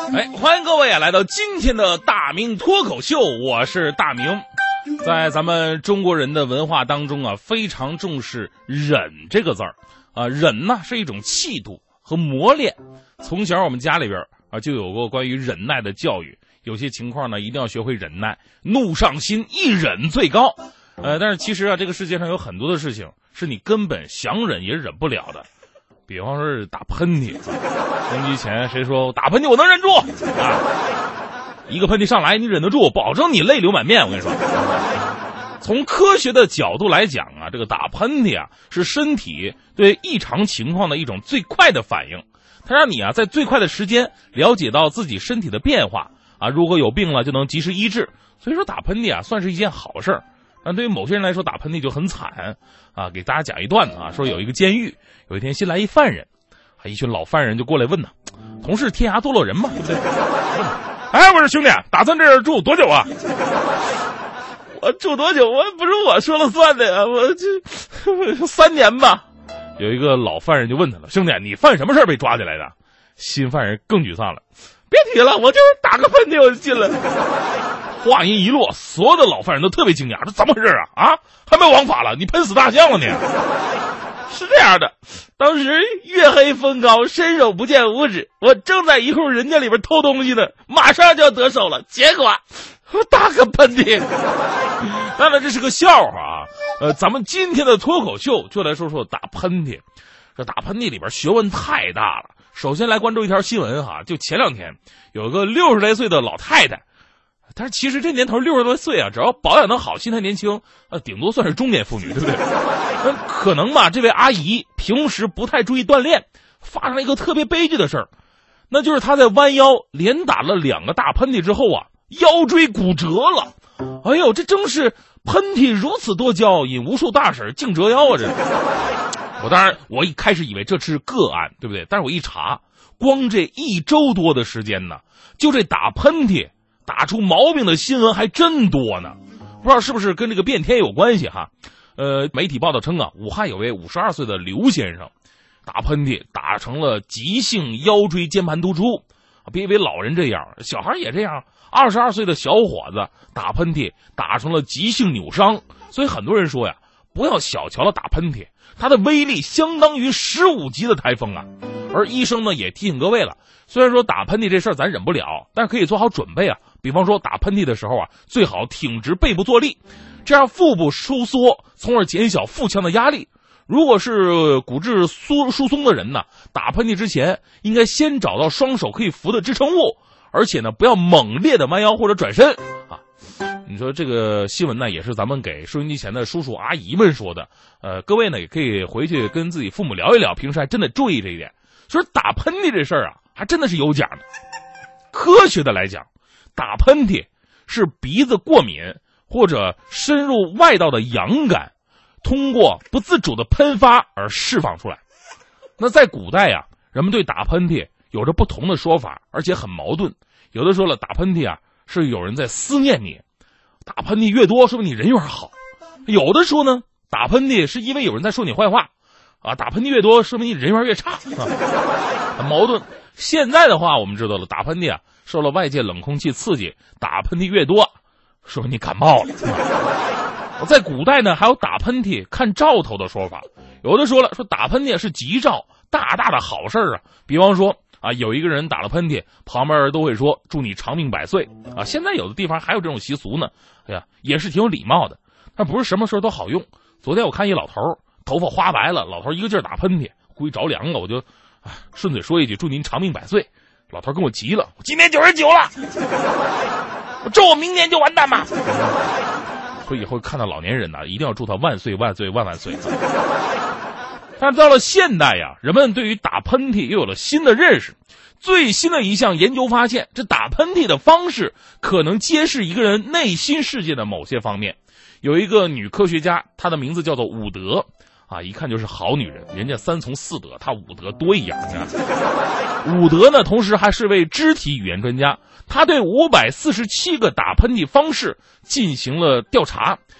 欢迎各位来到今天的大明脱口秀，我是大明。在咱们中国人的文化当中啊，非常重视忍这个字儿啊，忍呢是一种气度和磨练。从小我们家里边啊就有过关于忍耐的教育，有些情况呢一定要学会忍耐，怒上心，一忍最高。但是其实啊，这个世界上有很多的事情是你根本想忍也忍不了的。比方说是打喷嚏，登机前谁说打喷嚏我能忍住啊？一个喷嚏上来你忍得住，保证你泪流满面。我跟你说，从科学的角度来讲啊，这个打喷嚏啊是身体对异常情况的一种最快的反应，它让你啊在最快的时间了解到自己身体的变化啊，如果有病了就能及时医治。所以说打喷嚏啊算是一件好事儿。但对于某些人来说，打喷嚏就很惨啊！给大家讲一段子啊，说有一个监狱，有一天新来一犯人，一群老犯人就过来问呢，同是天涯堕落人嘛，对不对？哎，我说兄弟，打算这儿住多久啊？我住多久？我不是我说了算的呀，我这3年吧。有一个老犯人就问他了，兄弟，你犯什么事儿被抓起来的？新犯人更沮丧了，别提了，我就是打个喷嚏我就进来了。话音一落，所有的老犯人都特别惊讶，这怎么回事啊？啊，还没王法了？你喷死大象了你？是这样的，当时月黑风高，伸手不见五指，我正在一户人家里边偷东西呢，马上就要得手了，结果我打个喷嚏。当然这是个笑话啊。咱们今天的脱口秀就来说说打喷嚏。这打喷嚏里边学问太大了。首先来关注一条新闻哈，就前2天有一个60来岁的老太太。但是其实这年头60多岁啊，只要保养得好，心态年轻，顶多算是中年妇女，对不对？可能吧，这位阿姨平时不太注意锻炼，发生了一个特别悲剧的事儿，那就是她在弯腰连打了2个大喷嚏之后啊，腰椎骨折了。哎呦，这正是喷嚏如此多娇，引无数大婶竟折腰啊！这我一开始以为这是个案，对不对？但是我一查，光这1周多的时间呢，就这打喷嚏打出毛病的新闻还真多呢，不知道是不是跟这个变天有关系哈？媒体报道称啊，武汉有位52岁的刘先生，打喷嚏打成了急性腰椎间盘突出，别以为老人这样，小孩也这样。22岁的小伙子打喷嚏打成了急性扭伤，所以很多人说呀，不要小瞧了打喷嚏，它的威力相当于15级的台风啊。而医生呢也提醒各位了，虽然说打喷嚏这事儿咱忍不了，但是可以做好准备啊。比方说打喷嚏的时候啊，最好挺直背部坐立，这样腹部收缩，从而减小腹腔的压力。如果是骨质疏松的人呢，打喷嚏之前应该先找到双手可以扶的支撑物，而且呢不要猛烈的弯腰或者转身啊。你说这个新闻呢，也是咱们给收音机前的叔叔阿姨们说的。各位呢也可以回去跟自己父母聊一聊，平时还真得注意这一点。所以打喷嚏这事儿啊，还真的是有讲的。科学的来讲，打喷嚏是鼻子过敏或者深入外道的痒感，通过不自主的喷发而释放出来。那在古代啊，人们对打喷嚏有着不同的说法，而且很矛盾。有的说了，打喷嚏啊是有人在思念你，打喷嚏越多说明你人缘好。有的说呢，打喷嚏是因为有人在说你坏话啊，打喷嚏越多说明你人缘越差啊，很矛盾。现在的话我们知道了，打喷嚏啊受了外界冷空气刺激，打喷嚏越多说明你感冒了。在古代呢还有打喷嚏看兆头的说法，有的说了，说打喷嚏是吉兆，大大的好事啊。比方说啊，有一个人打了喷嚏，旁边人都会说祝你长命百岁啊。现在有的地方还有这种习俗呢，哎呀，也是挺有礼貌的，但不是什么时候都好用。昨天我看一老头头发花白了，老头一个劲儿打喷嚏，估计着凉了，我就顺嘴说一句祝您长命百岁。老头跟我急了，我今年99了，我咒我明年就完蛋吧。所以以后看到老年人呢，一定要祝他万岁万岁万万岁。但到了现代呀，人们对于打喷嚏又有了新的认识。最新的一项研究发现，这打喷嚏的方式可能揭示一个人内心世界的某些方面。有一个女科学家，她的名字叫做伍德啊，一看就是好女人，人家3从4德，她伍德多一样啊。伍德呢，同时还是位肢体语言专家，他对547个打喷嚏方式进行了调查，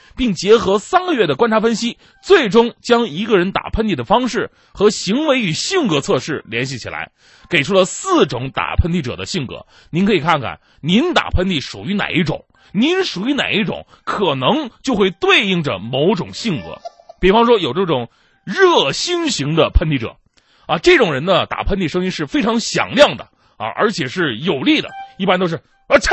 并结合3个月的观察分析，最终将一个人打喷嚏的方式和行为与性格测试联系起来，给出了4种打喷嚏者的性格。您可以看看您打喷嚏属于哪一种，您属于哪一种，可能就会对应着某种性格。比方说有这种热心型的喷嚏者啊，这种人呢打喷嚏声音是非常响亮的啊，而且是有力的，一般都是啊切。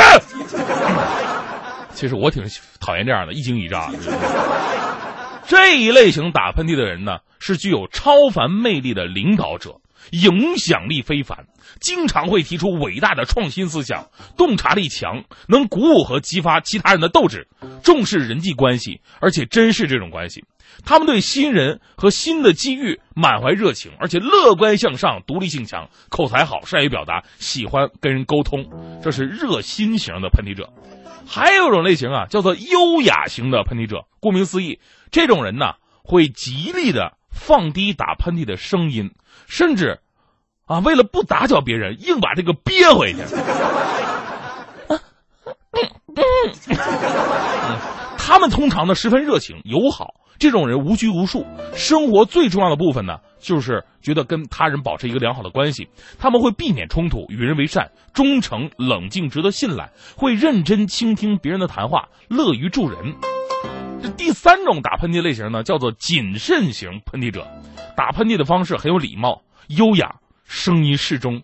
其实我挺讨厌这样的，一惊一乍的。这一类型打喷嚏的人呢，是具有超凡魅力的领导者，影响力非凡，经常会提出伟大的创新思想，洞察力强，能鼓舞和激发其他人的斗志，重视人际关系，而且珍视这种关系。他们对新人和新的机遇满怀热情，而且乐观向上，独立性强，口才好，善于表达，喜欢跟人沟通，这是热心型的喷嚏者。还有一种类型啊，叫做优雅型的喷嚏者。顾名思义，这种人呢会极力的放低打喷嚏的声音，甚至啊为了不打搅别人，硬把这个憋回去。他们通常呢十分热情友好，这种人无拘无束，生活最重要的部分呢就是觉得跟他人保持一个良好的关系。他们会避免冲突，与人为善，忠诚冷静，值得信赖，会认真倾听别人的谈话，乐于助人。这第3种打喷嚏类型呢叫做谨慎型喷嚏者，打喷嚏的方式很有礼貌优雅，声音适中。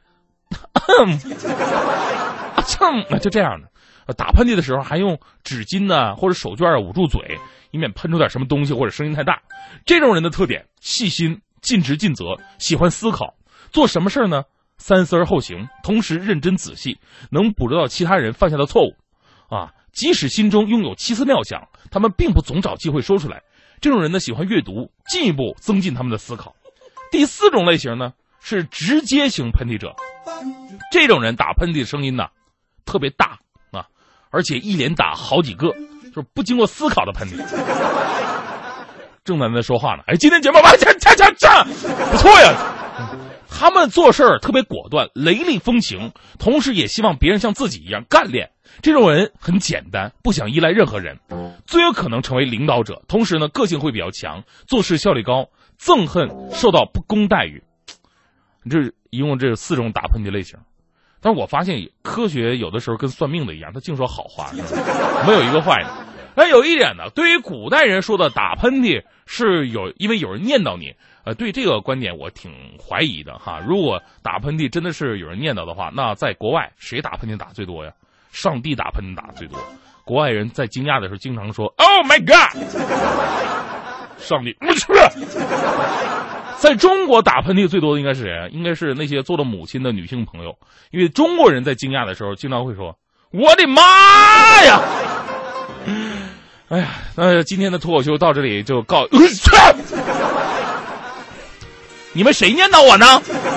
就这样的。打喷嚏的时候还用纸巾呢或者手绢捂住嘴，以免喷出点什么东西或者声音太大。这种人的特点：细心、尽职尽责，喜欢思考，做什么事呢三思而后行，同时认真仔细，能捕捉到其他人犯下的错误啊。即使心中拥有奇思妙想，他们并不总找机会说出来。这种人呢喜欢阅读，进一步增进他们的思考。第4种类型呢是直接型喷嚏者，这种人打喷嚏的声音呢特别大啊，而且一连打好几个，就是不经过思考的喷嚏。正在说话呢，哎，今天节目完，不错呀。他们做事儿特别果断，雷厉风行，同时也希望别人像自己一样干练。这种人很简单，不想依赖任何人，最有可能成为领导者。同时呢，个性会比较强，做事效率高，憎恨受到不公待遇。这一共这4种打喷嚏类型。但是我发现科学有的时候跟算命的一样，他净说好话，没有一个坏的。但有一点呢，对于古代人说的打喷嚏是因为有人念叨你，对这个观点我挺怀疑的哈。如果打喷嚏真的是有人念叨的话，那在国外谁打喷嚏打最多呀？上帝打喷嚏打最多。国外人在惊讶的时候经常说 "Oh my God"， 上帝，我去。在中国打喷嚏最多的应该是谁？应该是那些做了母亲的女性朋友，因为中国人在惊讶的时候经常会说我的妈呀。哎呀，那今天的脱口秀到这里就告你们谁念叨我呢？